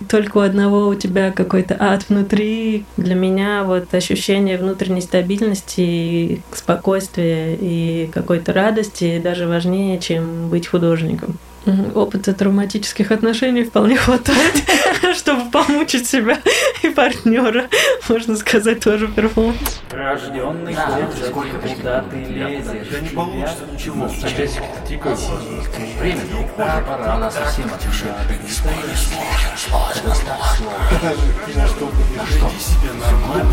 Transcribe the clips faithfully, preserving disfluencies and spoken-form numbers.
только у одного у тебя какой-то ад внутри. Для меня вот ощущение внутренней стабильности, и спокойствия и какой-то радости даже важнее, чем быть художником. Опыта травматических отношений вполне хватает, чтобы помучить себя и партнера, можно сказать, тоже перформанс. Рожденный хлопчик, куда ты лезешь? Да не получится ничего. Часик-то тикает. Время пора, пора, она совсем отвечает. Не сможешь, сможешь, сможешь. На что веди себя нормально.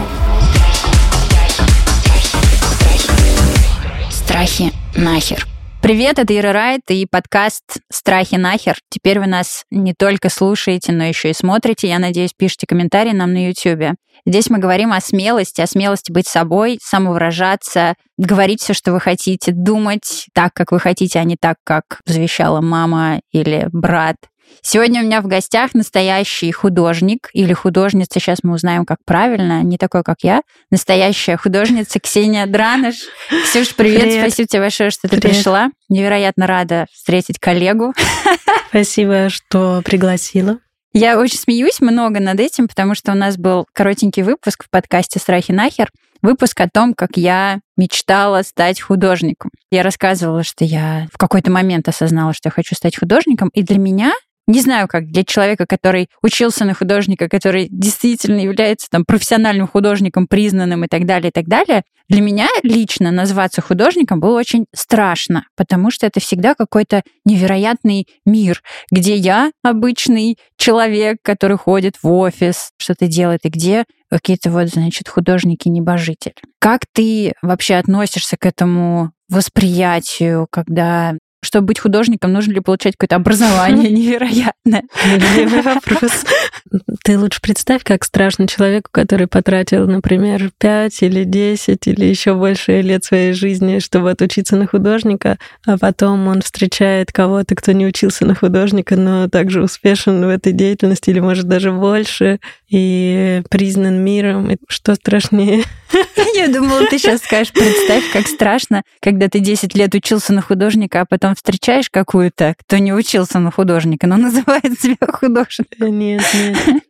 Страхи нахер. Привет, это Ира Райт и подкаст «Страхи нахер». Теперь вы нас не только слушаете, но еще и смотрите. Я надеюсь, пишите комментарии нам на YouTube. Здесь мы говорим о смелости, о смелости быть собой, самовыражаться, говорить все, что вы хотите, думать так, как вы хотите, а не так, как завещала мама или брат. Сегодня у меня в гостях настоящий художник или художница, сейчас мы узнаем, как правильно, не такой, как я, настоящая художница Ксения Драныш. Ксюш, привет, привет. Спасибо тебе большое, что ты привет. Пришла. Невероятно рада встретить коллегу. Спасибо, что пригласила. Я очень смеюсь много над этим, потому что у нас был коротенький выпуск в подкасте «Страхи нахер», выпуск о том, как я мечтала стать художником. Я рассказывала, что я в какой-то момент осознала, что я хочу стать художником, и для меня... Не знаю, как для человека, который учился на художника, который действительно является там профессиональным художником, признанным и так далее, и так далее. Для меня лично назваться художником было очень страшно, потому что это всегда какой-то невероятный мир, где я обычный человек, который ходит в офис, что-то делает, и где какие-то вот, значит, художники-небожители. Как ты вообще относишься к этому восприятию, когда... Чтобы быть художником, нужно ли получать какое-то образование невероятное? Любимый вопрос. Ты лучше представь, как страшно человеку, который потратил, например, пять или десять или еще больше лет своей жизни, чтобы отучиться на художника, а потом он встречает кого-то, кто не учился на художника, но также успешен в этой деятельности или, может, даже больше, и признан миром. Что страшнее? Я думала, ты сейчас скажешь, представь, как страшно, когда ты десять лет учился на художника, а потом встречаешь какую-то, кто не учился на художника, но называет себя художником. Нет, нет.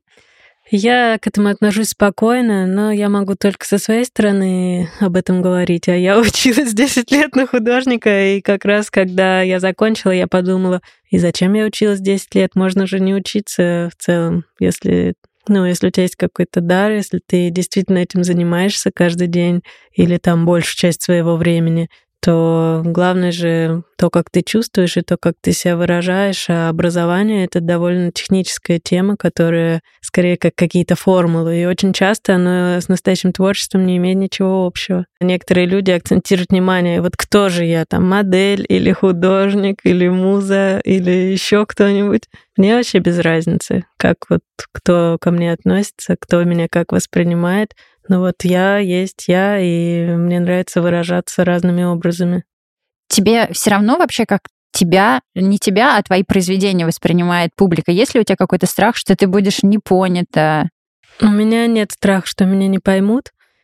Я к этому отношусь спокойно, но я могу только со своей стороны об этом говорить. А я училась десять лет на художника, и как раз когда я закончила, я подумала, и зачем я училась десять лет? Можно же не учиться в целом, если... Ну, если у тебя есть какой-то дар, если ты действительно этим занимаешься каждый день или там большую часть своего времени, то главное же то, как ты чувствуешь, и то, как ты себя выражаешь. А образование — это довольно техническая тема, которая скорее как какие-то формулы. И очень часто оно с настоящим творчеством не имеет ничего общего. Некоторые люди акцентируют внимание, вот кто же я, там, модель или художник, или муза, или еще кто-нибудь. Мне вообще без разницы, как вот кто ко мне относится, кто меня как воспринимает. Но вот я есть я, и мне нравится выражаться разными образами. Тебе все равно вообще, как тебя, не тебя, а твои произведения воспринимает публика? Есть ли у тебя какой-то страх, что ты будешь не понята? У меня нет страха, что меня не поймут.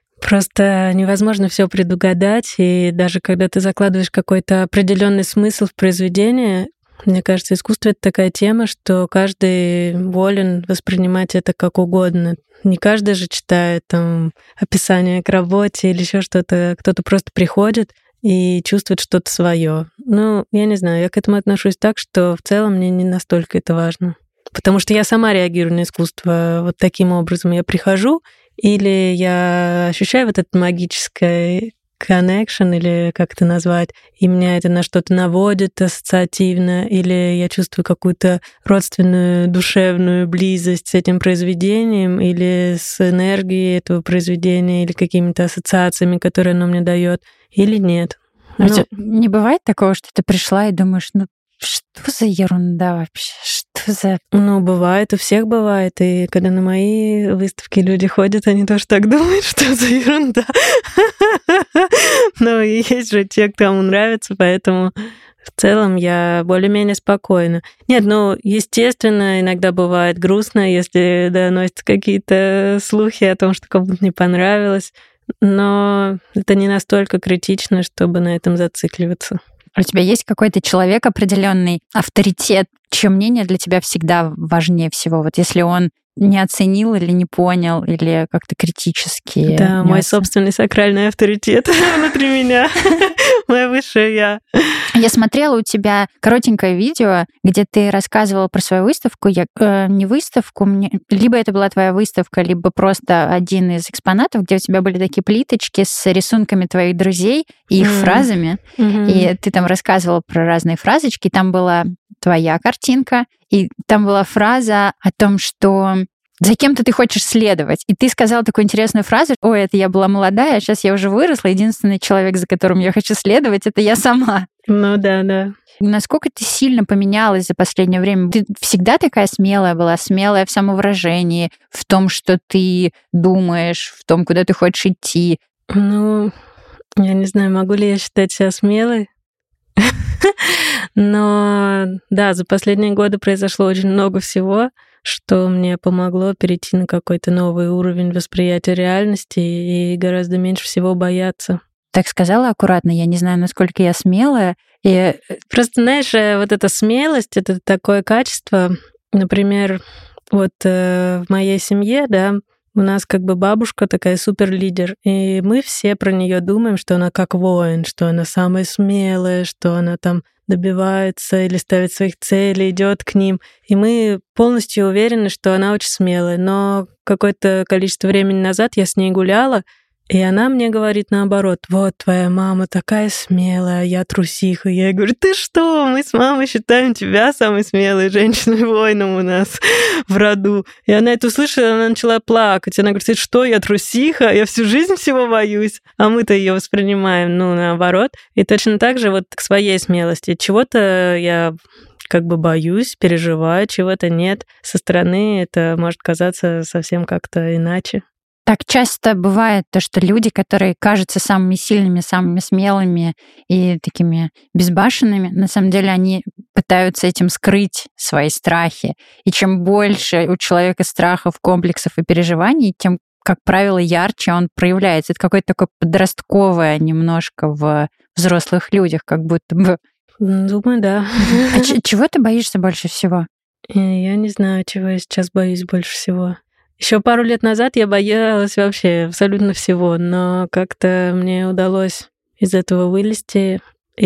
Просто невозможно все предугадать, и даже когда ты закладываешь какой-то определенный смысл в произведение, мне кажется, искусство — это такая тема, что каждый волен воспринимать это как угодно. Не каждый же читает там описание к работе или еще что-то. Кто-то просто приходит и чувствует что-то свое. Ну, я не знаю, я к этому отношусь так, что в целом мне не настолько это важно. Потому что я сама реагирую на искусство вот таким образом. Я прихожу, или я ощущаю вот это магическое connection, или как это назвать, и меня это на что-то наводит ассоциативно, или я чувствую какую-то родственную душевную близость с этим произведением, или с энергией этого произведения, или какими-то ассоциациями, которые оно мне дает, или нет. Но... Не бывает такого, что ты пришла и думаешь, ну что за ерунда вообще? Что за... Ну, бывает, у всех бывает. И когда на мои выставки люди ходят, они тоже так думают, что за ерунда. Но есть же те, кому нравится, поэтому в целом я более-менее спокойна. Нет, ну, естественно, иногда бывает грустно, если доносятся какие-то слухи о том, что кому-то не понравилось, но это не настолько критично, чтобы на этом зацикливаться. У тебя есть какой-то человек определенный, авторитет, чье мнение для тебя всегда важнее всего? Вот если он не оценил или не понял, или как-то критически... Да, мой оцен... собственный сакральный авторитет внутри меня, мое высшее я. Я смотрела у тебя коротенькое видео, где ты рассказывала про свою выставку. Я, э, не выставку, мне... либо это была твоя выставка, либо просто один из экспонатов, где у тебя были такие плиточки с рисунками твоих друзей и их mm. фразами. Mm-hmm. И ты там рассказывала про разные фразочки. Там была твоя картинка, и там была фраза о том, что за кем-то ты хочешь следовать. И ты сказала такую интересную фразу: ой, это я была молодая, а сейчас я уже выросла, единственный человек, за которым я хочу следовать, это я сама. Ну да, да. Насколько ты сильно поменялась за последнее время? Ты всегда такая смелая была, смелая в самовыражении, в том, что ты думаешь, в том, куда ты хочешь идти? Ну, я не знаю, могу ли я считать себя смелой. Но да, за последние годы произошло очень много всего, что мне помогло перейти на какой-то новый уровень восприятия реальности и гораздо меньше всего бояться. Так сказала аккуратно, я не знаю, насколько я смелая. И... Просто, знаешь, вот эта смелость, это такое качество, например, вот э, в моей семье, да, у нас как бы бабушка такая суперлидер, и мы все про нее думаем, что она как воин, что она самая смелая, что она там добивается или ставит своих целей, идет к ним. И мы полностью уверены, что она очень смелая. Но какое-то количество времени назад я с ней гуляла, и она мне говорит наоборот: вот твоя мама такая смелая, я трусиха. Я ей говорю: ты что, мы с мамой считаем тебя самой смелой женщиной-воином у нас в роду. И она это услышала, она начала плакать. Она говорит: ты что, я трусиха, я всю жизнь всего боюсь. А мы-то ее воспринимаем, ну, наоборот. И точно так же вот к своей смелости. Чего-то я как бы боюсь, переживаю, чего-то нет. Со стороны это может казаться совсем как-то иначе. Так часто бывает то, что люди, которые кажутся самыми сильными, самыми смелыми и такими безбашенными, на самом деле они пытаются этим скрыть свои страхи. И чем больше у человека страхов, комплексов и переживаний, тем, как правило, ярче он проявляется. Это какое-то такое подростковое немножко в взрослых людях, как будто бы. Думаю, да. А ч- чего ты боишься больше всего? Я не знаю, чего я сейчас боюсь больше всего. Еще пару лет назад я боялась вообще абсолютно всего, но как-то мне удалось из этого вылезти,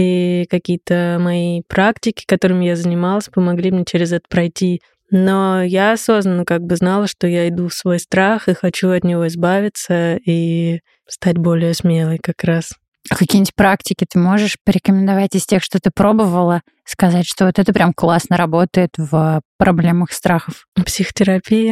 и какие-то мои практики, которыми я занималась, помогли мне через это пройти. Но я осознанно как бы знала, что я иду в свой страх и хочу от него избавиться и стать более смелой как раз. А какие-нибудь практики ты можешь порекомендовать из тех, что ты пробовала, сказать, что вот это прям классно работает в проблемах страхов? Психотерапия.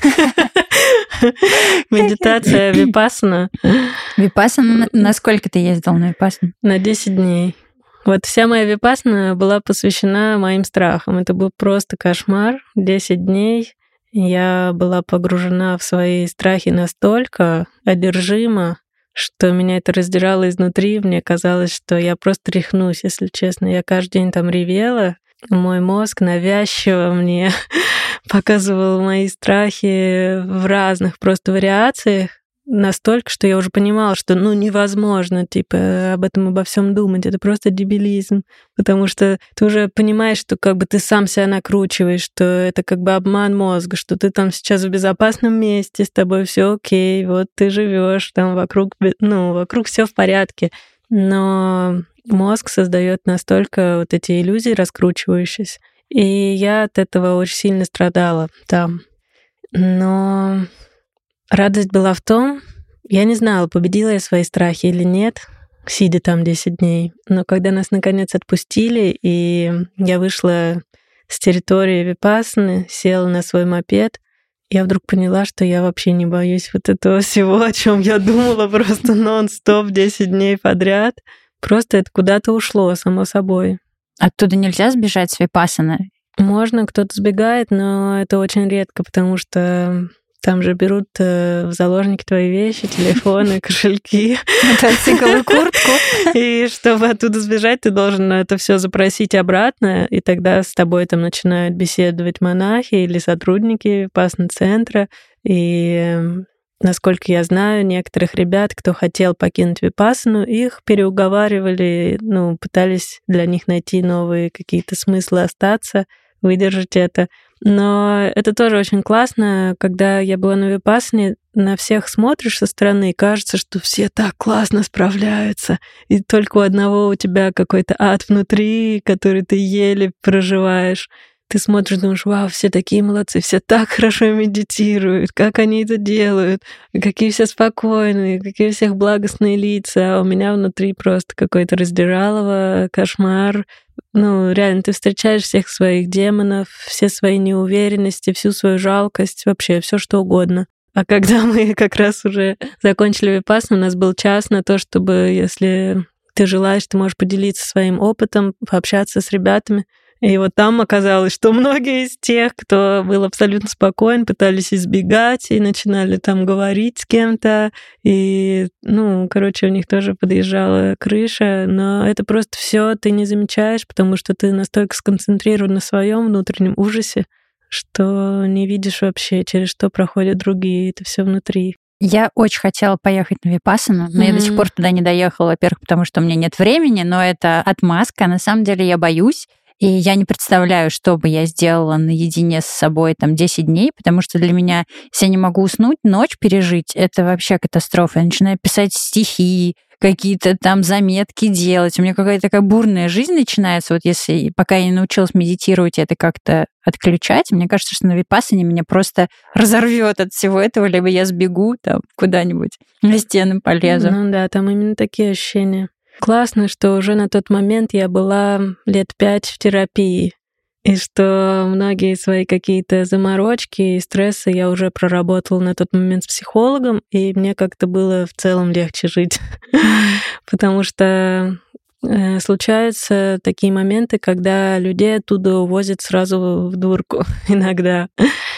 Медитация, випассана. Випассана? Насколько ты ездил на випассану? На десять дней. Вот вся моя випассана была посвящена моим страхам. Это был просто кошмар. десять дней. Я была погружена в свои страхи настолько одержима, что меня это раздирало изнутри. Мне казалось, что я просто рехнусь, если честно. Я каждый день там ревела. Мой мозг навязчиво мне показывал мои страхи в разных просто вариациях. Настолько, что я уже понимала, что ну невозможно, типа, об этом обо всем думать. Это просто дебилизм. Потому что ты уже понимаешь, что как бы ты сам себя накручиваешь, что это как бы обман мозга, что ты там сейчас в безопасном месте, с тобой все окей, вот ты живешь там вокруг, ну, вокруг все в порядке. Но мозг создает настолько вот эти иллюзии раскручивающиеся. И я от этого очень сильно страдала там. Но радость была в том, я не знала, победила я свои страхи или нет, сидя там десять дней. Но когда нас наконец отпустили, и я вышла с территории випассаны, села на свой мопед, я вдруг поняла, что я вообще не боюсь вот этого всего, о чем я думала просто нон-стоп десять дней подряд. Просто это куда-то ушло, само собой. Оттуда нельзя сбежать с випассаны? Можно, кто-то сбегает, но это очень редко, потому что там же берут в заложники твои вещи, телефоны, кошельки, мотоцикл и куртку. И чтобы оттуда сбежать, ты должен это все запросить обратно, и тогда с тобой там начинают беседовать монахи или сотрудники випассана-центра. И насколько я знаю, некоторых ребят, кто хотел покинуть випассану, их переуговаривали, ну, пытались для них найти новые какие-то смыслы остаться, выдержать это. Но это тоже очень классно, когда я была на випассане, на всех смотришь со стороны, и кажется, что все так классно справляются, и только у одного у тебя какой-то ад внутри, который ты еле проживаешь. Ты смотришь, думаешь, вау, все такие молодцы, все так хорошо медитируют, как они это делают, какие все спокойные, какие у всех благостные лица, а у меня внутри просто какое-то раздиралово, кошмар. Ну, реально, ты встречаешь всех своих демонов, все свои неуверенности, всю свою жалкость, вообще все что угодно. А когда мы как раз уже закончили випассану, у нас был час на то, чтобы, если ты желаешь, ты можешь поделиться своим опытом, пообщаться с ребятами. И вот там оказалось, что многие из тех, кто был абсолютно спокоен, пытались избегать и начинали там говорить с кем-то. И, ну, короче, у них тоже подъезжала крыша. Но это просто все ты не замечаешь, потому что ты настолько сконцентрирован на своем внутреннем ужасе, что не видишь вообще, через что проходят другие. Это все внутри. Я очень хотела поехать на випассану, но mm-hmm. я до сих пор туда не доехала, во-первых, потому что у меня нет времени, но это отмазка. На самом деле я боюсь. И я не представляю, что бы я сделала наедине с собой там десять дней, потому что для меня, если я не могу уснуть, ночь пережить, это вообще катастрофа. Я начинаю писать стихи, какие-то там заметки делать. У меня какая-то такая бурная жизнь начинается. Вот если пока я не научилась медитировать, это как-то отключать, мне кажется, что на випассане меня просто разорвет от всего этого, либо я сбегу там куда-нибудь, на стены полезу. Ну да, там именно такие ощущения. Классно, что уже на тот момент я была лет пять в терапии, и что многие свои какие-то заморочки и стрессы я уже проработала на тот момент с психологом, и мне как-то было в целом легче жить. Потому что э, случаются такие моменты, когда людей оттуда увозят сразу в дурку иногда.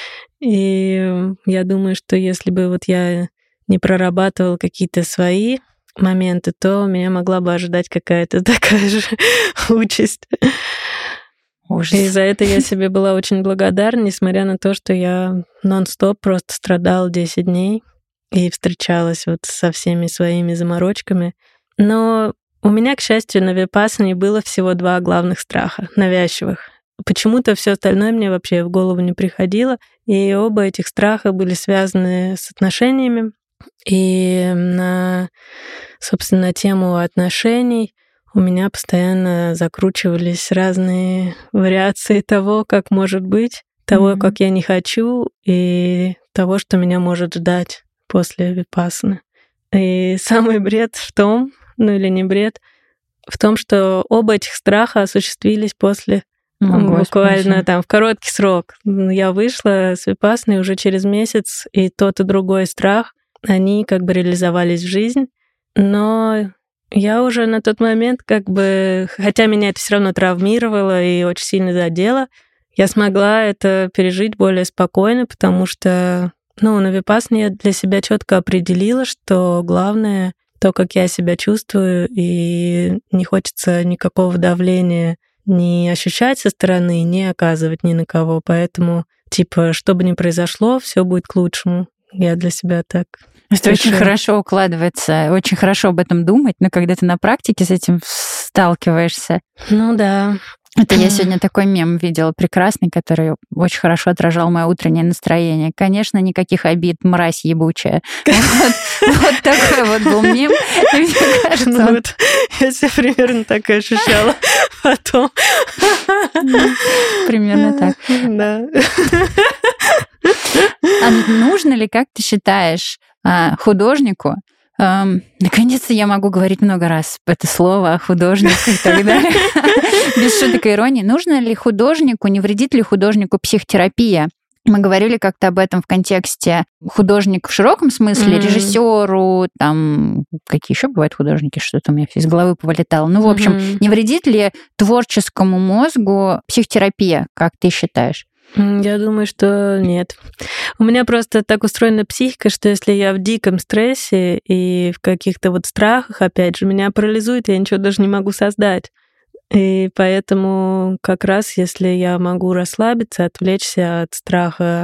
И я думаю, что если бы вот я не прорабатывала какие-то свои моменты, то меня могла бы ожидать какая-то такая же участь. Ужас. И за это я себе была очень благодарна, несмотря на то, что я нон-стоп просто страдала десять дней и встречалась вот со всеми своими заморочками. Но у меня, к счастью, на випассане было всего два главных страха, навязчивых. Почему-то все остальное мне вообще в голову не приходило, и оба этих страха были связаны с отношениями. И на, собственно, тему отношений у меня постоянно закручивались разные вариации того, как может быть, того, mm-hmm. как я не хочу, и того, что меня может ждать после випассаны. И самый бред в том, ну или не бред, в том, что оба этих страха осуществились после Oh, буквально Господи. там в короткий срок. Я вышла с випассаны уже через месяц, и тот и другой страх они как бы реализовались в жизнь, но я уже на тот момент как бы, хотя меня это все равно травмировало и очень сильно задело, я смогла это пережить более спокойно, потому что, ну, на випассане я для себя четко определила, что главное то, как я себя чувствую, и не хочется никакого давления не ощущать со стороны, не оказывать ни на кого, поэтому, типа, что бы ни произошло, все будет к лучшему. Я для себя так... Это очень хорошо укладывается, очень хорошо об этом думать, но когда ты на практике с этим сталкиваешься... Ну да. Это я сегодня такой мем видела прекрасный, который очень хорошо отражал мое утреннее настроение. Конечно, никаких обид, мразь ебучая. Вот такой вот был мем. Мне кажется... Я себя примерно так и ощущала потом. Примерно так. Да. А нужно ли, как ты считаешь, художнику... Um, наконец-то я могу говорить много раз это слово художник и так далее. Без шуток и иронии. Нужно ли художнику, не вредит ли художнику психотерапия? Мы говорили как-то об этом в контексте художник в широком смысле, mm-hmm. режиссеру, там, какие еще бывают художники, что-то у меня из головы повылетало. Ну, в общем, mm-hmm. не вредит ли творческому мозгу психотерапия, как ты считаешь? Я думаю, что нет. У меня просто так устроена психика, что если я в диком стрессе и в каких-то вот страхах, опять же, меня парализует, я ничего даже не могу создать. И поэтому как раз, если я могу расслабиться, отвлечься от страха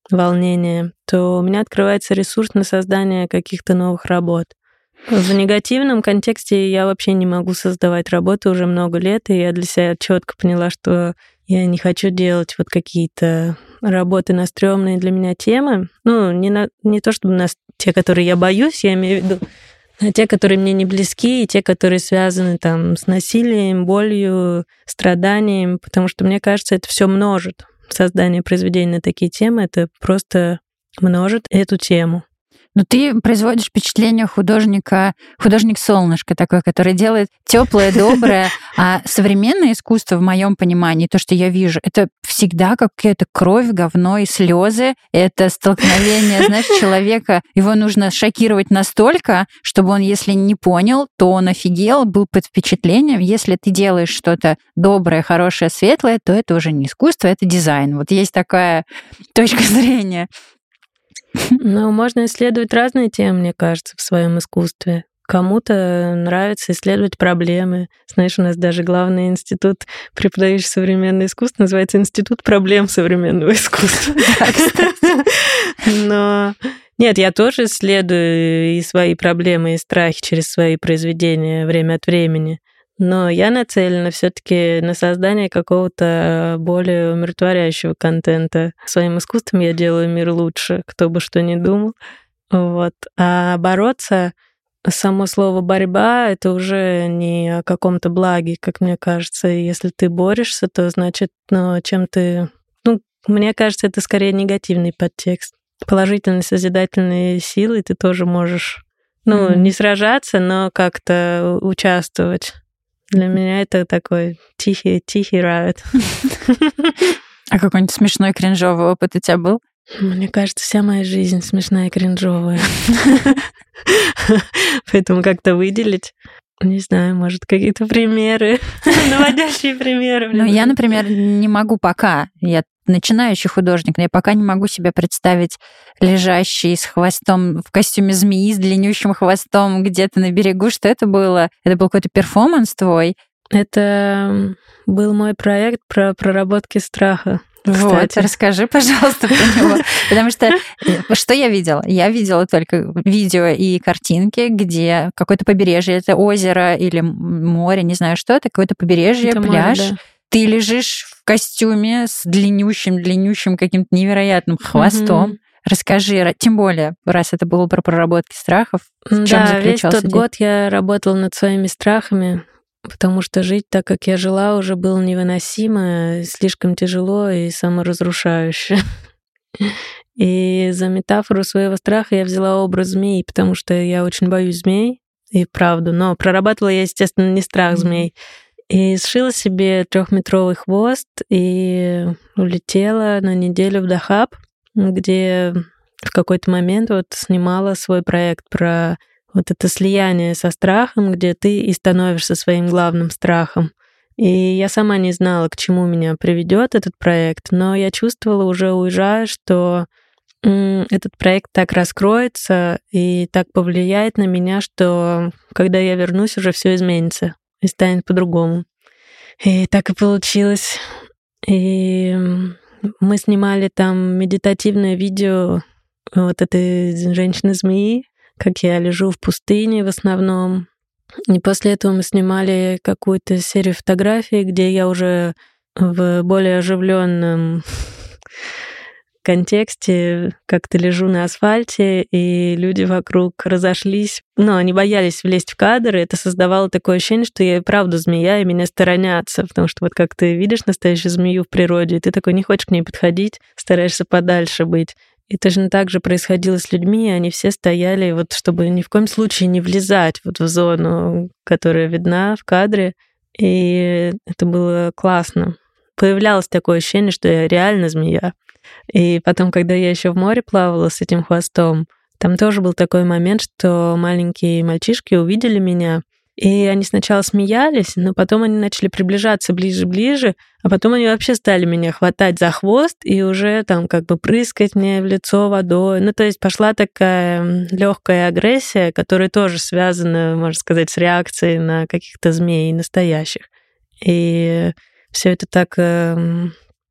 волнение, то у меня открывается ресурс на создание каких-то новых работ. В негативном контексте я вообще не могу создавать работы уже много лет, и я для себя четко поняла, что я не хочу делать вот какие-то работы на стрёмные для меня темы. Ну, не, на, не то чтобы на те, которые я боюсь, я имею в виду, а те, которые мне не близки, и те, которые связаны там с насилием, болью, страданием, потому что, мне кажется, это все множит. Создание произведений на такие темы, это просто множит эту тему. Но ты производишь впечатление художника, художник-солнышко такой, который делает теплое, доброе, а современное искусство, в моем понимании, то, что я вижу, это всегда какая-то кровь, говно и слезы. Это столкновение, знаешь, человека. Его нужно шокировать настолько, чтобы он, если не понял, то он офигел, был под впечатлением. Если ты делаешь что-то доброе, хорошее, светлое, то это уже не искусство, это дизайн. Вот есть такая точка зрения. Ну, можно исследовать разные темы, мне кажется, в своем искусстве. Кому-то нравится исследовать проблемы. Знаешь, у нас даже главный институт, преподающий современное искусство, называется Институт проблем современного искусства. Но нет, я тоже исследую и свои проблемы, и страхи через свои произведения время от времени. Но я нацелена все-таки на создание какого-то более умиротворяющего контента. Своим искусством я делаю мир лучше, кто бы что ни думал. Вот. А бороться, само слово «борьба» — это уже не о каком-то благе, как мне кажется. И если ты борешься, то значит, ну, чем ты... Ну, мне кажется, это скорее негативный подтекст. Положительные, созидательные силы ты тоже можешь, ну, mm-hmm. не сражаться, но как-то участвовать. Для меня это такой тихий, тихий райот. А какой-нибудь смешной кринжовый опыт у тебя был? Мне кажется, вся моя жизнь смешная и кринжовая. Поэтому как-то выделить, не знаю, может, какие-то примеры, наводящие примеры. Ну, я, например, не могу пока. Я начинающий художник, но я пока не могу себя представить лежащей с хвостом в костюме змеи, с длиннющим хвостом где-то на берегу. Что это было? Это был какой-то перформанс твой? Это был мой проект про проработки страха. Вот, расскажи, пожалуйста, про него. Потому что что я видела? Я видела только видео и картинки, где какое-то побережье, это озеро или море, не знаю что, это какое-то побережье, это пляж. Море, да. Ты лежишь в костюме с длиннющим-длиннющим каким-то невероятным хвостом. Mm-hmm. Расскажи, тем более, раз это было про проработки страхов, в чем да, заключался весь тот день? год я работала над своими страхами, потому что жить так, как я жила, уже было невыносимо, слишком тяжело и саморазрушающе. И за метафору своего страха я взяла образ змеи, потому что я очень боюсь змей, и правду. Но прорабатывала я, естественно, не страх змей. И сшила себе трехметровый хвост и улетела на неделю в Дахаб, где в какой-то момент вот снимала свой проект про вот это слияние со страхом, где ты и становишься своим главным страхом. И я сама не знала, к чему меня приведет этот проект, но я чувствовала, уже уезжая, что м, этот проект так раскроется и так повлияет на меня, что когда я вернусь, уже все изменится и станет по-другому. И так и получилось. И мы снимали там медитативное видео вот этой женщины-змеи, как я лежу в пустыне в основном. И после этого мы снимали какую-то серию фотографий, где я уже в более оживленном контексте как-то лежу на асфальте, и люди вокруг разошлись. Ну, они боялись влезть в кадр, и это создавало такое ощущение, что я и правда змея, и меня сторонятся. Потому что вот как ты видишь настоящую змею в природе, и ты такой не хочешь к ней подходить, стараешься подальше быть. И точно так же происходило с людьми, они все стояли, вот, чтобы ни в коем случае не влезать вот в зону, которая видна в кадре. И это было классно. Появлялось такое ощущение, что я реально змея. И потом, когда я еще в море плавала с этим хвостом, там тоже был такой момент, что маленькие мальчишки увидели меня, и они сначала смеялись, но потом они начали приближаться ближе-ближе, а потом они вообще стали меня хватать за хвост и уже там как бы прыскать мне в лицо водой. Ну, то есть пошла такая легкая агрессия, которая тоже связана, можно сказать, с реакцией на каких-то змей настоящих. И все это так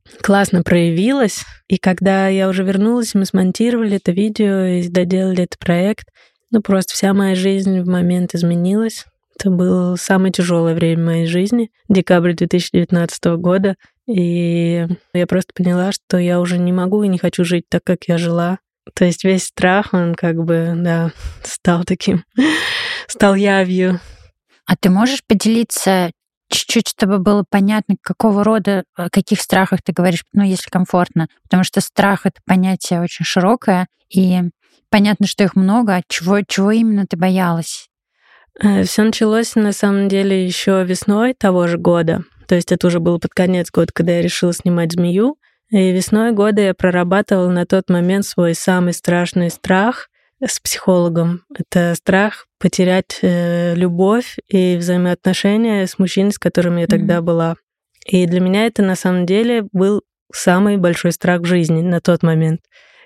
классно проявилось. И когда я уже вернулась, мы смонтировали это видео и доделали этот проект, ну просто вся моя жизнь в момент изменилась. Это было самое тяжелое время моей жизни, декабрь две тысячи девятнадцатого года. И я просто поняла, что я уже не могу и не хочу жить так, как я жила. То есть весь страх, он как бы, да, стал таким, стал явью. А ты можешь поделиться чуть-чуть, чтобы было понятно, какого рода, о каких страхах ты говоришь, ну, если комфортно? Потому что страх — это понятие очень широкое, и понятно, что их много. Чего, чего именно ты боялась? Все началось, на самом деле, еще весной того же года. То есть это уже было под конец года, когда я решила снимать «Змею». И весной года я прорабатывала на тот момент свой самый страшный страх с психологом. Это страх потерять э, любовь и взаимоотношения с мужчиной, с которым я тогда mm-hmm. была. И для меня это, на самом деле, был самый большой страх в жизни на тот момент.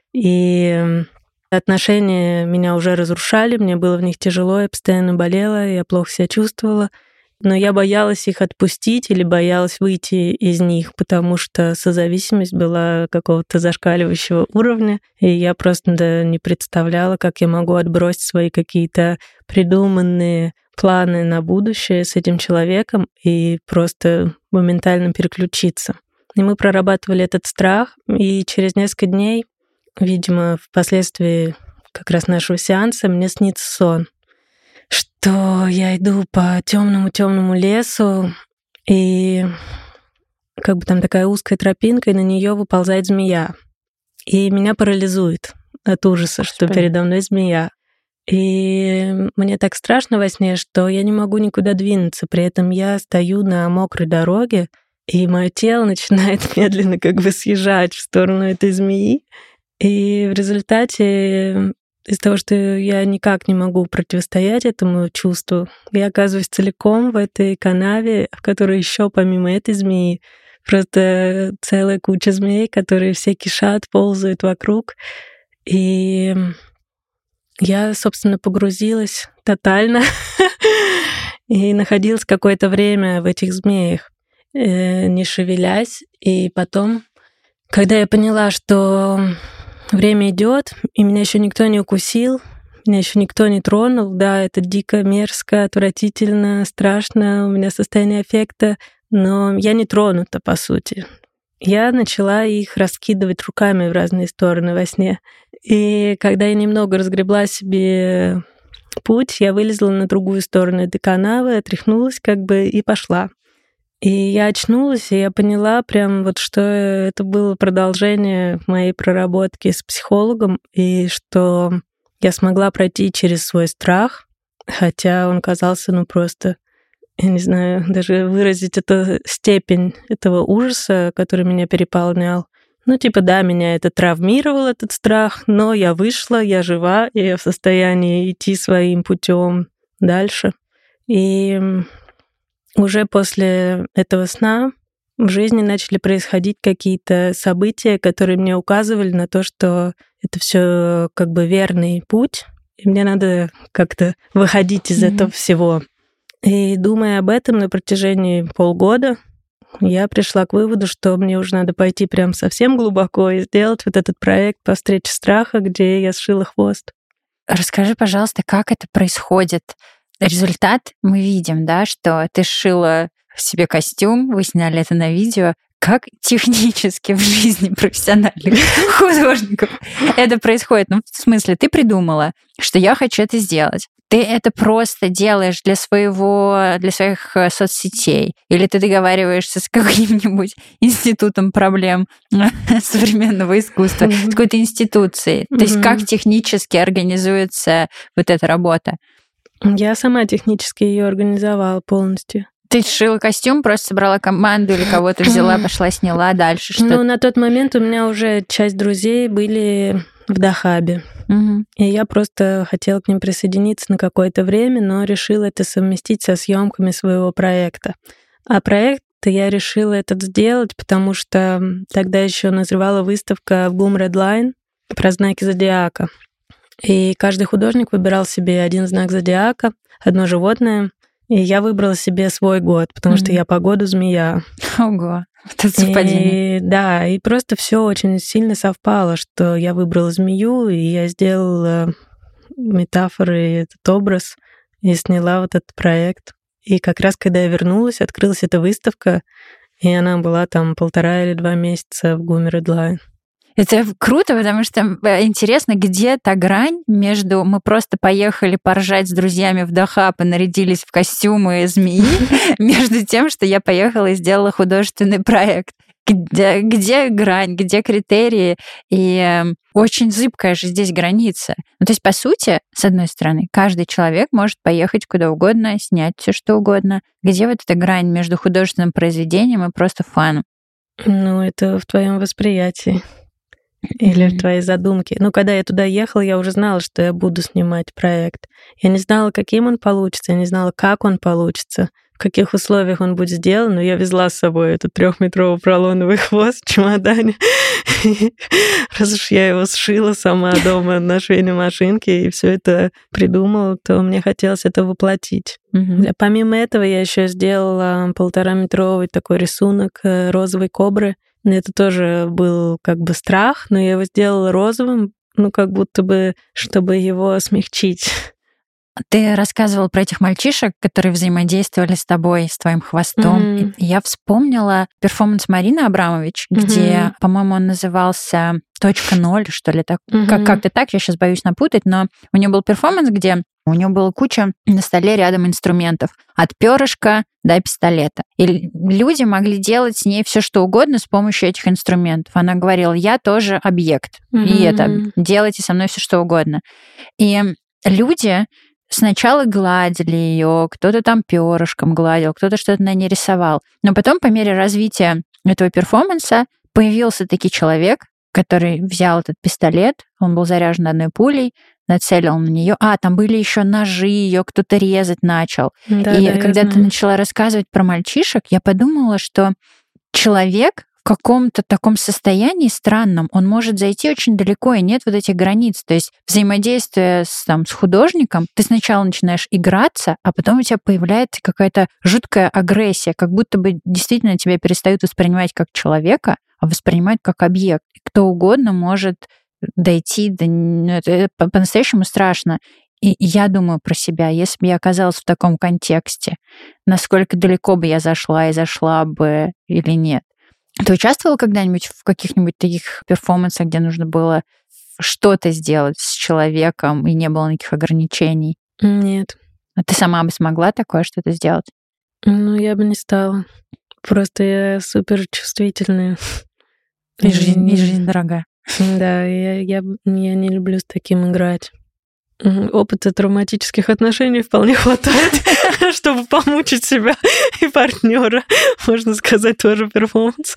И отношения меня уже разрушали, мне было в них тяжело, я постоянно болела, я плохо себя чувствовала. Но я боялась их отпустить или боялась выйти из них, потому что созависимость была какого-то зашкаливающего уровня, и я просто да, не представляла, как я могу отбросить свои какие-то придуманные планы на будущее с этим человеком и просто моментально переключиться. И мы прорабатывали этот страх, и через несколько дней, видимо, впоследствии как раз нашего сеанса, мне снится сон, что я иду по темному-темному лесу, и как бы там такая узкая тропинка, и на нее выползает змея. И меня парализует от ужаса, что передо мной змея. И мне так страшно во сне, что я не могу никуда двинуться. При этом я стою на мокрой дороге, и мое тело начинает медленно как бы съезжать в сторону этой змеи. И в результате из-за того, что я никак не могу противостоять этому чувству, я оказываюсь целиком в этой канаве, в которой еще помимо этой змеи просто целая куча змей, которые все кишат, ползают вокруг. И я, собственно, погрузилась тотально и находилась какое-то время в этих змеях, не шевелясь. И потом, когда я поняла, что время идет, и меня еще никто не укусил, меня еще никто не тронул. Да, это дико, мерзко, отвратительно, страшно, у меня состояние аффекта, но я не тронута, по сути. Я начала их раскидывать руками в разные стороны во сне. И когда я немного разгребла себе путь, я вылезла на другую сторону этой канавы, отряхнулась как бы и пошла. И я очнулась, и я поняла прям вот, что это было продолжение моей проработки с психологом, и что я смогла пройти через свой страх, хотя он казался, ну, просто, я не знаю, даже выразить эту степень этого ужаса, который меня переполнял. Ну, типа, да, меня это травмировал, этот страх, но я вышла, я жива, и я в состоянии идти своим путем дальше. И уже после этого сна в жизни начали происходить какие-то события, которые мне указывали на то, что это все как бы верный путь, и мне надо как-то выходить из mm-hmm. этого всего. И думая об этом на протяжении полгода, я пришла к выводу, что мне уже надо пойти прям совсем глубоко и сделать вот этот проект по встрече страха, где я сшила хвост. Расскажи, пожалуйста, как это происходит? Результат мы видим, да, что ты сшила себе костюм, вы сняли это на видео. Как технически в жизни профессиональных художников это происходит? Ну, в смысле, ты придумала, что я хочу это сделать. Ты это просто делаешь для своего, для своих соцсетей? Или ты договариваешься с каким-нибудь институтом проблем современного искусства, mm-hmm. с какой-то институцией? Mm-hmm. То есть как технически организуется вот эта работа? Я сама технически ее организовала полностью. Ты сшила костюм, просто собрала команду или кого-то взяла, пошла, сняла, дальше что? Ну, на тот момент у меня уже часть друзей были в Дахабе. Угу. И я просто хотела к ним присоединиться на какое-то время, но решила это совместить со съемками своего проекта. А проект я решила этот сделать, потому что тогда еще назревала выставка в Boom Red Line про знаки зодиака. И каждый художник выбирал себе один знак зодиака, одно животное, И я выбрала себе свой год, потому mm-hmm. что я по году змея. Ого, это совпадение. И, да, и просто все очень сильно совпало, что я выбрала змею, и я сделала метафоры, этот образ, и сняла вот этот проект. И как раз, когда я вернулась, открылась эта выставка, и она была там полтора или два месяца в ГУМе Redline. Это круто, потому что интересно, где та грань между мы просто поехали поржать с друзьями в Дахаб и нарядились в костюмы змеи, между тем, что я поехала и сделала художественный проект. Где, где грань, где критерии? И очень зыбкая же здесь граница. Ну, то есть, по сути, с одной стороны, каждый человек может поехать куда угодно, снять все что угодно. Где вот эта грань между художественным произведением и просто фаном? Ну, это в твоем восприятии. Или mm-hmm. в твоей задумке. Ну, когда я туда ехала, я уже знала, что я буду снимать проект. Я не знала, каким он получится, я не знала, как он получится, в каких условиях он будет сделан, но я везла с собой этот трехметровый поролоновый хвост в чемодане. Раз уж я его сшила сама дома на швейной машинке и все это придумала, то мне хотелось это воплотить. Mm-hmm. Помимо этого, я еще сделала полтораметровый такой рисунок розовой кобры. Это тоже был как бы страх, но я его сделала розовым, ну, как будто бы, чтобы его смягчить. Ты рассказывал про этих мальчишек, которые взаимодействовали с тобой, с твоим хвостом. Mm-hmm. И я вспомнила перформанс Марины Абрамович, mm-hmm. где, по-моему, он назывался «Точка ноль», что ли, так. Mm-hmm. Как- как-то так, я сейчас боюсь напутать, но у нее был перформанс, где у нее была куча на столе рядом инструментов. От перышка до пистолета. И люди могли делать с ней все что угодно с помощью этих инструментов. Она говорила, я тоже объект. Mm-hmm. И это, делайте со мной все что угодно. И люди сначала гладили ее, кто-то там перышком гладил, кто-то что-то на ней рисовал. Но потом, по мере развития этого перформанса, появился таки человек, который взял этот пистолет, он был заряжен одной пулей, нацелил на нее. А, там были еще ножи, ее кто-то резать начал. Да, и да, когда ты начала рассказывать про мальчишек, я подумала, что человек в каком-то таком состоянии странном, он может зайти очень далеко, и нет вот этих границ. То есть взаимодействие с, там, с художником, ты сначала начинаешь играться, а потом у тебя появляется какая-то жуткая агрессия, как будто бы действительно тебя перестают воспринимать как человека, а воспринимать как объект. И кто угодно может дойти до... Это по-настоящему страшно. И я думаю про себя, если бы я оказалась в таком контексте, насколько далеко бы я зашла и зашла бы или нет. Ты участвовала когда-нибудь в каких-нибудь таких перформансах, где нужно было что-то сделать с человеком, и не было никаких ограничений? Нет. А ты сама бы смогла такое что-то сделать? Ну, я бы не стала. Просто я супер чувствительная. И жизнь, и жизнь дорога. Да, я, я, я не люблю с таким играть. Опыта травматических отношений вполне хватает, чтобы помучить себя и партнера. Можно сказать, тоже перформанс.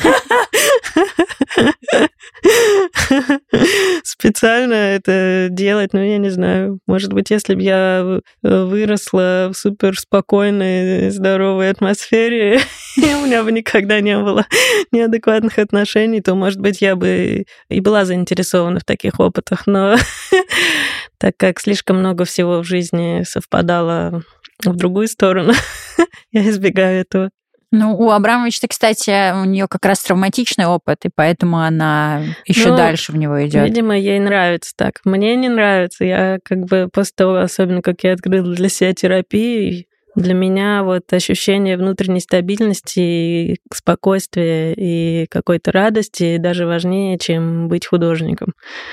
Специально это делать, ну, я не знаю. Может быть, если бы я выросла в супер спокойной, здоровой атмосфере, и у меня бы никогда не было неадекватных отношений, то, может быть, я бы и была заинтересована в таких опытах. Но так как слишком много всего в жизни совпадало в другую сторону, я избегаю этого. Ну, у Абрамовича, кстати, у нее как раз травматичный опыт, и поэтому она еще ну, дальше в него идет. Видимо, ей нравится так. Мне не нравится. Я как бы после того, особенно как я открыла для себя терапию, для меня вот ощущение внутренней стабильности, спокойствия и какой-то радости даже важнее, чем быть художником.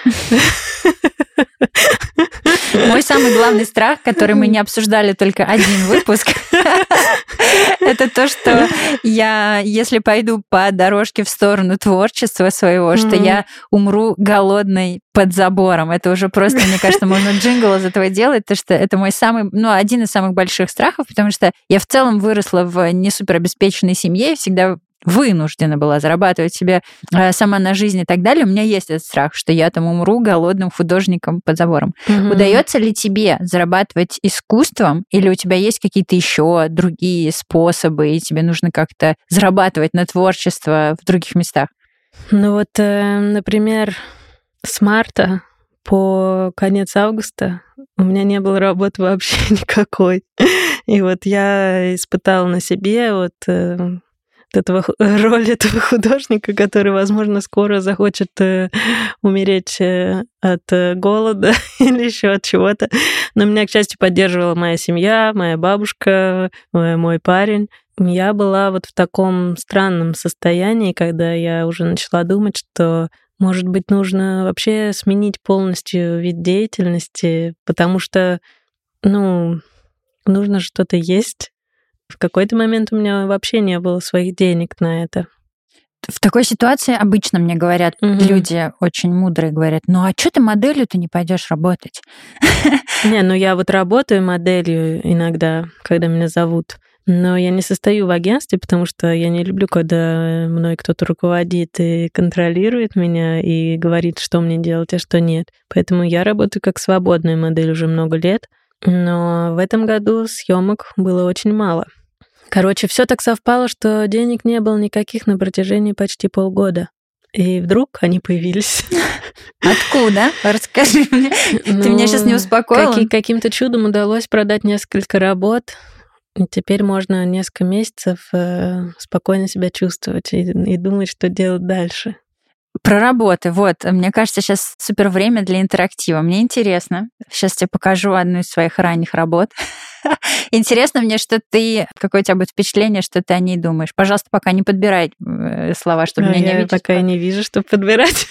Мой самый главный страх, который мы не обсуждали только один выпуск, это то, что я, если пойду по дорожке в сторону творчества своего, что я умру голодной под забором. Это уже просто, мне кажется, можно джингл из этого делать, потому что это мой самый, ну, один из самых больших страхов, потому что я в целом выросла в не суперобеспеченной семье и всегда вынуждена была зарабатывать себе э, сама на жизнь и так далее. У меня есть этот страх, что я там умру голодным художником под забором. Mm-hmm. Удается ли тебе зарабатывать искусством, или у тебя есть какие-то еще другие способы, и тебе нужно как-то зарабатывать на творчество в других местах? Ну вот, э, например, с марта по конец августа у меня не было работы вообще никакой. И вот я испытала на себе вот этого, роль этого художника, который, возможно, скоро захочет умереть от голода или еще от чего-то. Но меня, к счастью, поддерживала моя семья, моя бабушка, мой парень. Я была вот в таком странном состоянии, когда я уже начала думать, что, может быть, нужно вообще сменить полностью вид деятельности, потому что, ну, нужно что-то есть. В какой-то момент у меня вообще не было своих денег на это. В такой ситуации обычно мне говорят, угу. люди очень мудрые говорят, ну а что ты моделью-то не пойдешь работать? Не, ну я вот работаю моделью иногда, когда меня зовут, но я не состою в агентстве, потому что я не люблю, когда мной кто-то руководит и контролирует меня и говорит, что мне делать, а что нет. Поэтому я работаю как свободная модель уже много лет, но в этом году съемок было очень мало. Короче, все так совпало, что денег не было никаких на протяжении почти полгода. И вдруг они появились. Откуда? Расскажи мне. Ну, ты меня сейчас не успокоила. Каки- каким-то чудом удалось продать несколько работ. И теперь можно несколько месяцев э, спокойно себя чувствовать и, и думать, что делать дальше. Про работы. Вот, мне кажется, сейчас супер время для интерактива. Мне интересно. Сейчас тебе покажу одну из своих ранних работ. Интересно мне, что ты... Какое у тебя будет впечатление, что ты о ней думаешь. Пожалуйста, пока не подбирай слова, чтобы меня не видеть. Я пока и не вижу, что подбирать.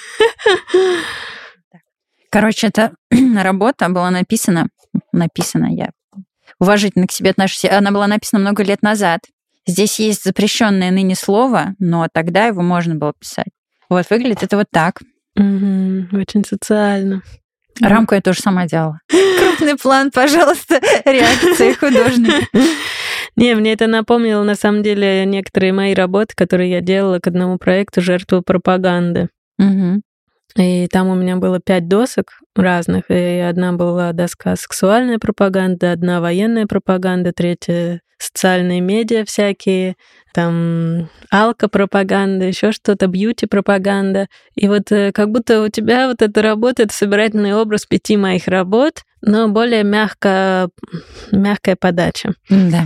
Короче, эта работа была написана... Написана, я уважительно к себе отношусь. Она была написана много лет назад. Здесь есть запрещенное ныне слово, но тогда его можно было писать. Вот, выглядит это вот так. Угу, очень социально. Рамку я тоже сама делала. Крупный план, пожалуйста, реакции художника. Не, мне это напомнило, на самом деле, некоторые мои работы, которые я делала к одному проекту «Жертвы пропаганды». Угу. И там у меня было пять досок разных, и одна была доска «Сексуальная пропаганда», одна «Военная пропаганда», третья «Социальные медиа всякие», там алко-пропаганда, еще что-то, бьюти-пропаганда. И вот как будто у тебя вот эта работа, это собирательный образ пяти моих работ, но более мягко, мягкая подача. Да.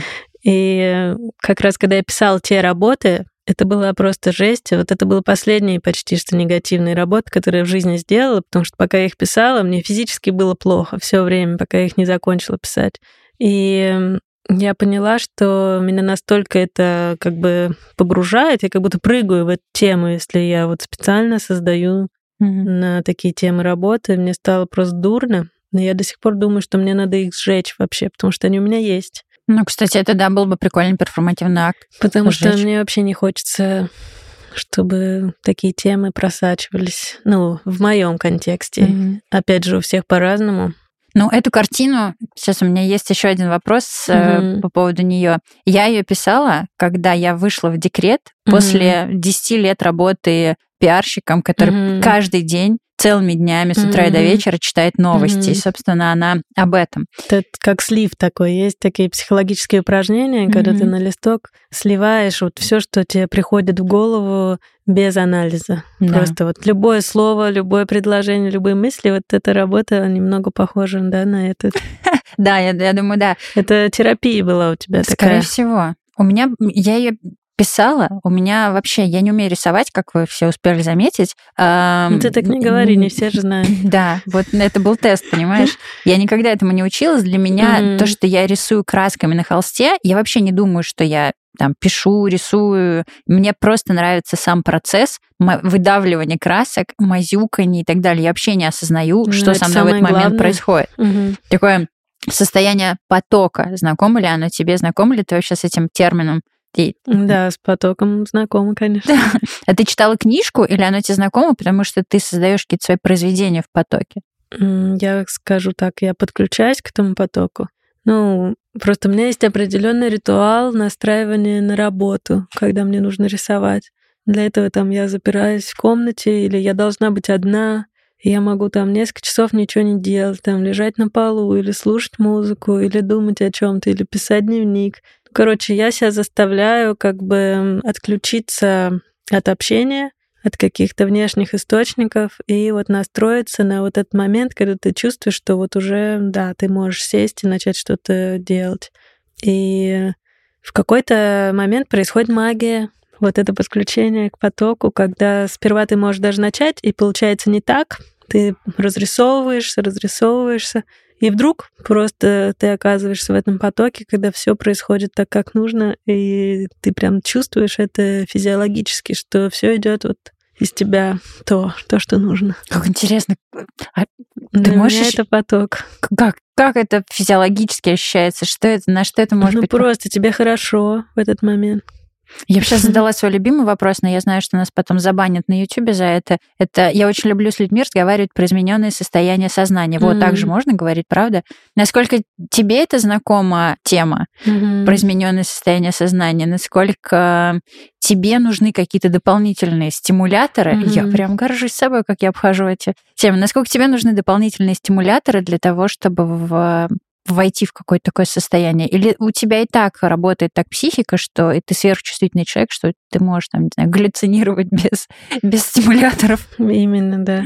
И как раз когда я писала те работы, это была просто жесть. Вот это была последняя почти что негативная работа, которую я в жизни сделала, потому что пока я их писала, мне физически было плохо все время, пока я их не закончила писать. И я поняла, что меня настолько это как бы погружает, я как будто прыгаю в эту тему, если я вот специально создаю mm-hmm. на такие темы работы. Мне стало просто дурно, но я до сих пор думаю, что мне надо их сжечь вообще, потому что они у меня есть. Ну, кстати, это, да, был бы прикольный перформативный акт. Потому сжечь. Что мне вообще не хочется, чтобы такие темы просачивались, ну, в моем контексте. Mm-hmm. Опять же, у всех по-разному. Ну, эту картину, сейчас у меня есть еще один вопрос mm-hmm. по поводу нее. Я ее писала, когда я вышла в декрет mm-hmm. после десяти лет работы пиарщиком, который mm-hmm. каждый день целыми днями с утра mm-hmm. и до вечера читает новости. Mm-hmm. И, собственно, она об этом. Это как слив такой. Есть такие психологические упражнения, mm-hmm. когда ты на листок сливаешь вот все, что тебе приходит в голову без анализа. Да. Просто вот любое слово, любое предложение, любые мысли, вот эта работа немного похожа, да, на это. Да, я думаю, да. Это терапия была у тебя такая? Скорее всего. У меня, я ее писала, у меня вообще, я не умею рисовать, как вы все успели заметить. Ну, ты так не говори, не все же знают. Да, вот это был тест, понимаешь? Я никогда этому не училась. Для меня mm-hmm. то, что я рисую красками на холсте, я вообще не думаю, что я там пишу, рисую. Мне просто нравится сам процесс выдавливания красок, мазюканье и так далее. Я вообще не осознаю, ну, что со мной в этот момент главное. Происходит. Mm-hmm. Такое состояние потока. Знакомо ли оно тебе? Знакомо ли ты вообще с этим термином? Ты... Да, с потоком знакома, конечно. А ты читала книжку или оно тебе знакомо, потому что ты создаешь какие-то свои произведения в потоке? Я скажу так, я подключаюсь к этому потоку. Ну, просто у меня есть определенный ритуал настраивания на работу, когда мне нужно рисовать. Для этого там я запираюсь в комнате, или я должна быть одна, и я могу там несколько часов ничего не делать, там лежать на полу, или слушать музыку, или думать о чем-то, или писать дневник. Короче, я себя заставляю как бы отключиться от общения, от каких-то внешних источников, и вот настроиться на вот этот момент, когда ты чувствуешь, что вот уже, да, ты можешь сесть и начать что-то делать. И в какой-то момент происходит магия, вот это подключение к потоку, когда сперва ты можешь даже начать, и получается не так, ты разрисовываешься, разрисовываешься, и вдруг просто ты оказываешься в этом потоке, когда все происходит так, как нужно, и ты прям чувствуешь это физиологически, что все идет вот из тебя то, то, что нужно. Как интересно. А Для ты можешь... меня это поток. Как, как это физиологически ощущается? Что это, на что это может ну, быть? Ну, просто тебе хорошо в этот момент. Я бы сейчас задала свой любимый вопрос, но я знаю, что нас потом забанят на Ютубе за это. Это я очень люблю с людьми разговаривать про измененное состояние сознания. Вот mm-hmm. так же можно говорить, правда? Насколько тебе это знакома тема mm-hmm. про измененное состояние сознания? Насколько тебе нужны какие-то дополнительные стимуляторы? Mm-hmm. Я прям горжусь собой, как я обхожу эти темы. Насколько тебе нужны дополнительные стимуляторы для того, чтобы в войти в какое-то такое состояние? Или у тебя и так работает так психика, что и ты сверхчувствительный человек, что ты можешь там, не знаю, галлюцинировать без, без стимуляторов? Именно, да.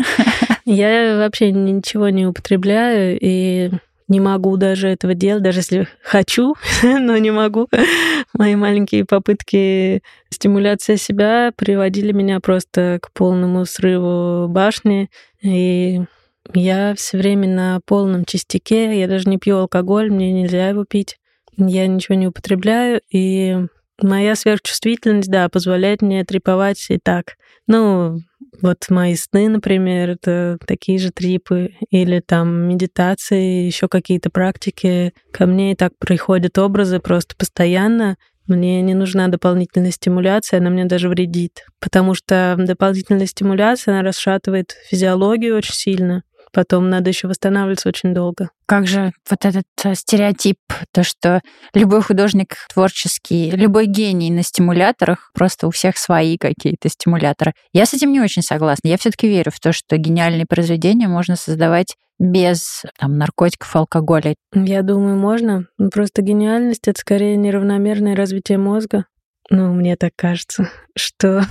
Я вообще ничего не употребляю и не могу даже этого делать, даже если хочу, но не могу. Мои маленькие попытки стимуляции себя приводили меня просто к полному срыву башни, и я все время на полном чистяке, я даже не пью алкоголь, мне нельзя его пить, я ничего не употребляю, и моя сверхчувствительность, да, позволяет мне триповать и так. Ну, вот мои сны, например, это такие же трипы, или там медитации, еще какие-то практики. Ко мне и так приходят образы просто постоянно. Мне не нужна дополнительная стимуляция, она мне даже вредит, потому что дополнительная стимуляция, она расшатывает физиологию очень сильно. Потом надо еще восстанавливаться очень долго. Как же вот этот стереотип, то, что любой художник творческий, любой гений на стимуляторах, просто у всех свои какие-то стимуляторы. Я с этим не очень согласна. Я все-таки верю в то, что гениальные произведения можно создавать без там, наркотиков, алкоголя. Я думаю, можно. Просто гениальность — это скорее неравномерное развитие мозга. Ну, мне так кажется, что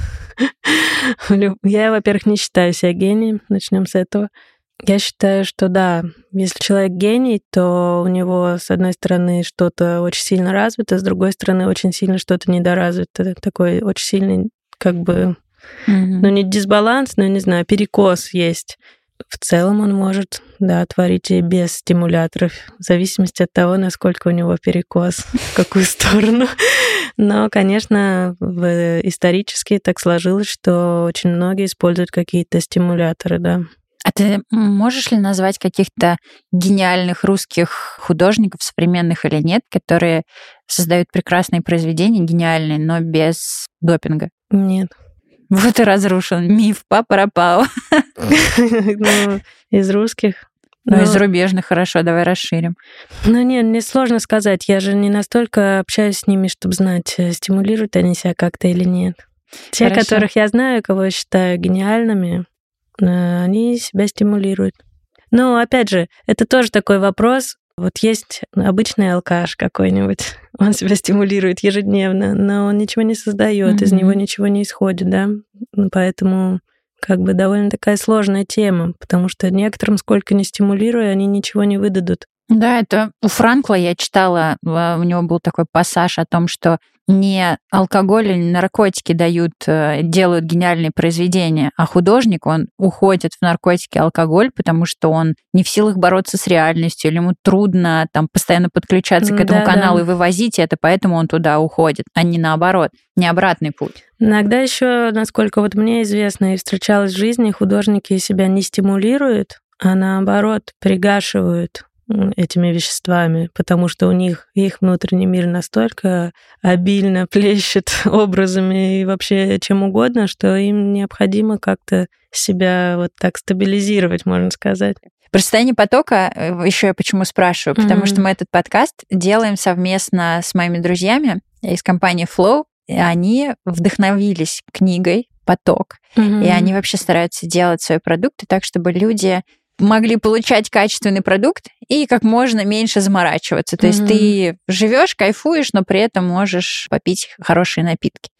я, во-первых, не считаю себя гением. Начнем с этого. Я считаю, что да, если человек гений, то у него, с одной стороны, что-то очень сильно развито, с другой стороны, очень сильно что-то недоразвито. Такой очень сильный, как бы, mm-hmm. ну, не дисбаланс, но, не знаю, перекос есть. В целом он может, да, творить и без стимуляторов, в зависимости от того, насколько у него перекос, в какую сторону. Но, конечно, исторически так сложилось, что очень многие используют какие-то стимуляторы, да. А ты можешь ли назвать каких-то гениальных русских художников, современных или нет, которые создают прекрасные произведения, гениальные, но без допинга? Нет. Вот и разрушен миф па-пара-пау. Ну, из русских. Ну, из зарубежных, хорошо, давай расширим. Ну, нет, мне сложно сказать. Я же не настолько общаюсь с ними, чтобы знать, стимулируют они себя как-то или нет. Те, Хорошо. Которых я знаю, кого я считаю гениальными, они себя стимулируют. Но, опять же, это тоже такой вопрос. Вот есть обычный алкаш какой-нибудь, он себя стимулирует ежедневно, но он ничего не создает, mm-hmm. из него ничего не исходит, да? Поэтому как бы довольно такая сложная тема, потому что некоторым, сколько ни стимулируя, они ничего не выдадут. Да, это у Франкла я читала, у него был такой пассаж о том, что не алкоголь или наркотики дают, делают гениальные произведения, а художник, он уходит в наркотики и алкоголь, потому что он не в силах бороться с реальностью, или ему трудно там постоянно подключаться к этому да, каналу да. и вывозить это, поэтому он туда уходит, а не наоборот, не обратный путь. Иногда еще, насколько вот мне известно и встречалось в жизни, художники себя не стимулируют, а наоборот пригашивают этими веществами, потому что у них их внутренний мир настолько обильно плещет образами и вообще чем угодно, что им необходимо как-то себя вот так стабилизировать, можно сказать. Про состояние потока еще я почему спрашиваю, потому mm-hmm. что мы этот подкаст делаем совместно с моими друзьями из компании Flow, и они вдохновились книгой «Поток», mm-hmm. и они вообще стараются делать свои продукты так, чтобы люди могли получать качественный продукт и как можно меньше заморачиваться. То mm-hmm. есть ты живешь, кайфуешь, но при этом можешь попить хорошие напитки.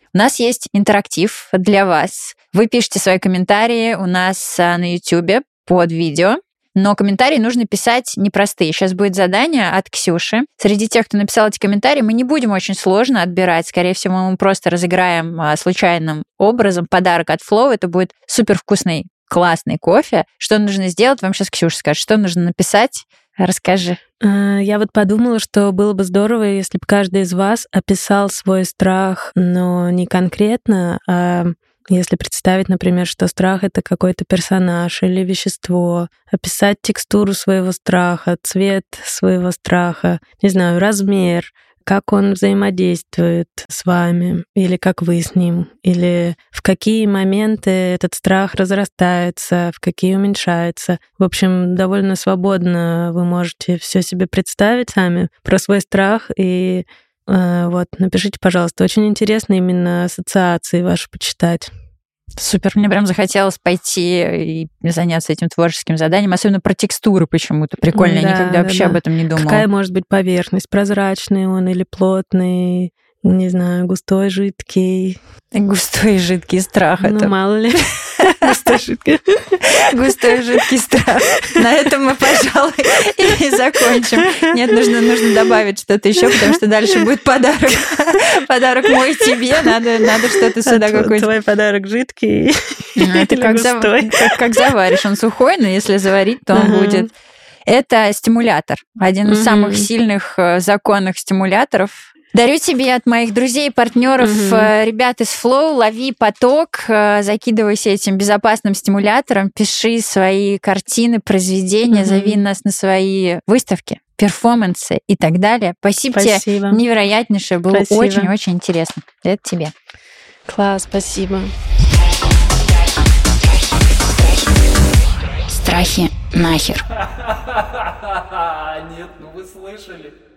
У нас есть интерактив для вас. Вы пишете свои комментарии у нас на YouTube под видео. Но комментарии нужно писать непростые. Сейчас будет задание от Ксюши. Среди тех, кто написал эти комментарии, мы не будем очень сложно отбирать. Скорее всего, мы просто разыграем случайным образом подарок от Flow. Это будет супервкусный, классный кофе. Что нужно сделать? Вам сейчас Ксюша скажет. Что нужно написать? Расскажи. Я вот подумала, что было бы здорово, если бы каждый из вас описал свой страх, но не конкретно, а если представить, например, что страх — это какой-то персонаж или вещество, описать текстуру своего страха, цвет своего страха, не знаю, размер, как он взаимодействует с вами, или как вы с ним, или в какие моменты этот страх разрастается, в какие уменьшается. В общем, довольно свободно вы можете все себе представить сами про свой страх и Вот, напишите, пожалуйста. Очень интересно именно ассоциации ваши почитать. Супер, мне прям захотелось пойти и заняться этим творческим заданием, особенно про текстуры почему-то. Прикольно, да, я никогда да, вообще да. об этом не думала. Какая может быть поверхность? Прозрачный он или плотный? Не знаю, густой, жидкий. Густой и жидкий страх. Ну, это... мало ли. Густой, жидкий. Густой, жидкий страх. На этом мы, пожалуй, и закончим. Нет, нужно, нужно добавить что-то еще, потому что дальше будет подарок. Подарок мой тебе. Надо, надо что-то сюда а какой-то... Твой подарок жидкий Это как, зав... как, как заваришь. Он сухой, но если заварить, то он uh-huh. будет... Это стимулятор. Один uh-huh. из самых сильных законных стимуляторов. Дарю тебе от моих друзей и партнеров, mm-hmm. ребят из Flow, лови поток, закидывайся этим безопасным стимулятором, пиши свои картины, произведения, mm-hmm. зови нас на свои выставки, перформансы и так далее. Спасибо, спасибо. тебе, невероятнейшее, было очень-очень интересно. Это тебе. Класс, спасибо. Страхи нахер. Нет, ну вы слышали.